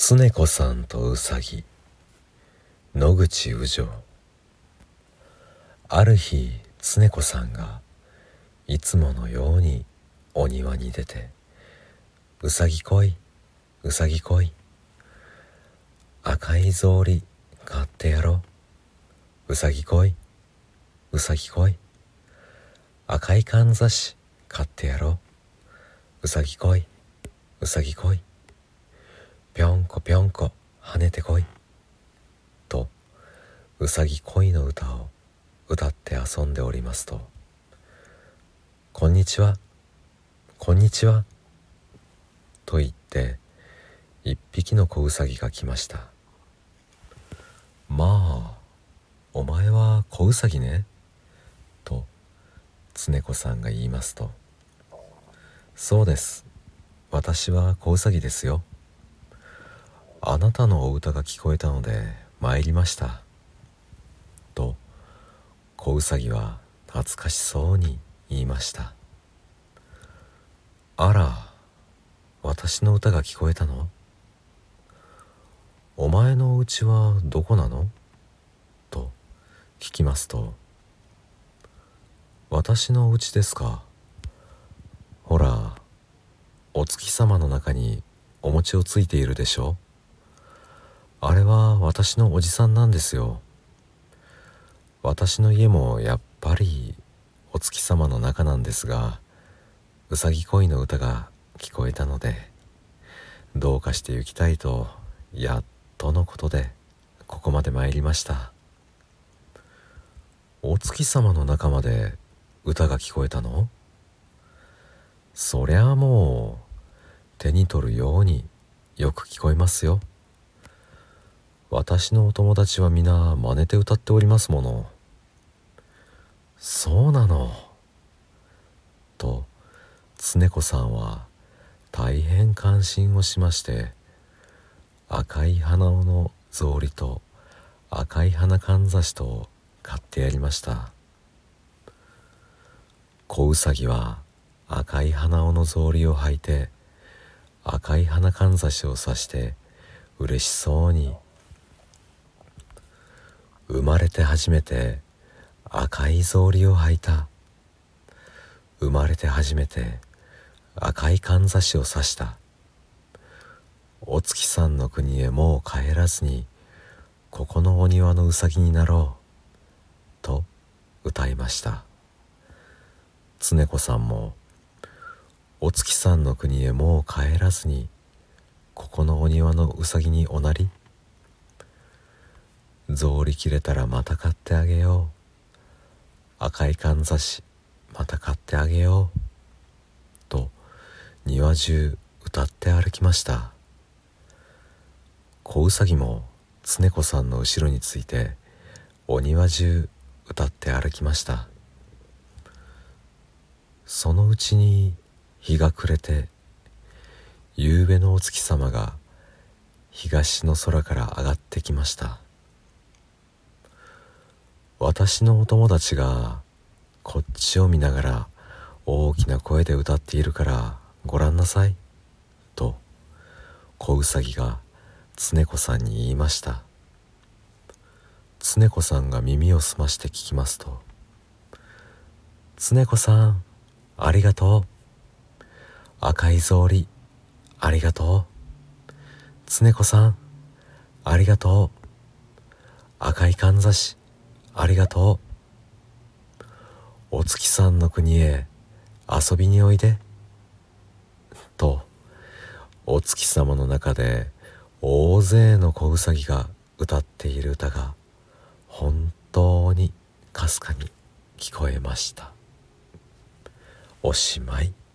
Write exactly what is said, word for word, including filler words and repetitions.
常子さんとうさぎ。野口宇城。ある日、常子さんがいつものようにお庭に出て、うさぎ来い、うさぎ来い、赤い草履買ってやろう、うさぎ来い、うさぎ来い、赤いかんざし買ってやろう、うさぎ来い、うさぎ来い、ぴょんこぴょんこ跳ねてこいと、うさぎ恋の歌を歌って遊んでおりますと、こんにちは、こんにちはと言って一匹の子うさぎが来ました。まあ、お前は子うさぎねと常子さんが言いますと、そうです、私は子うさぎですよ。あなたのお歌が聞こえたので参りましたと子うさぎは懐かしそうに言いました。あら、私の歌が聞こえたの？お前のお家はどこなの？と聞きますと、私のお家ですか。ほら、お月様の中にお餅をついているでしょ。あれは私のおじさんなんですよ。私の家もやっぱりお月様の中なんですが、うさぎ恋の歌が聞こえたので、どうかして行きたいとやっとのことでここまで参りました。お月様の中まで歌が聞こえたの？そりゃあもう手に取るようによく聞こえますよ。私のお友達は皆真似て歌っておりますもの。そうなのと常子さんは大変感心をしまして、赤い鼻緒の草履と赤い花かんざしと買ってやりました。子うさぎは赤い鼻緒の草履を履いて赤い花かんざしをさして嬉しそうに、生まれて初めて赤い草履を履いた、生まれて初めて赤いかんざしをさした、お月さんの国へもう帰らずにここのお庭のうさぎになろうと歌いました。常子さんもお月さんの国へもう帰らずにここのお庭のうさぎにおなり、草履切れたらまた買ってあげよう、赤いかんざしまた買ってあげようと庭中歌って歩きました。子うさぎも常子さんの後ろについてお庭中歌って歩きました。そのうちに日が暮れて、夕べのお月様が東の空から上がってきました。私のお友達がこっちを見ながら大きな声で歌っているからごらんなさいと子うさぎが常子さんに言いました。常子さんが耳を澄まして聞きますと、常子さんありがとう、赤い草履ありがとう、常子さんありがとう、赤いかんざしありがとう、お月さんの国へ遊びにおいでと、お月様の中で大勢の子うさぎが歌っている歌が本当にかすかに聞こえました。おしまい。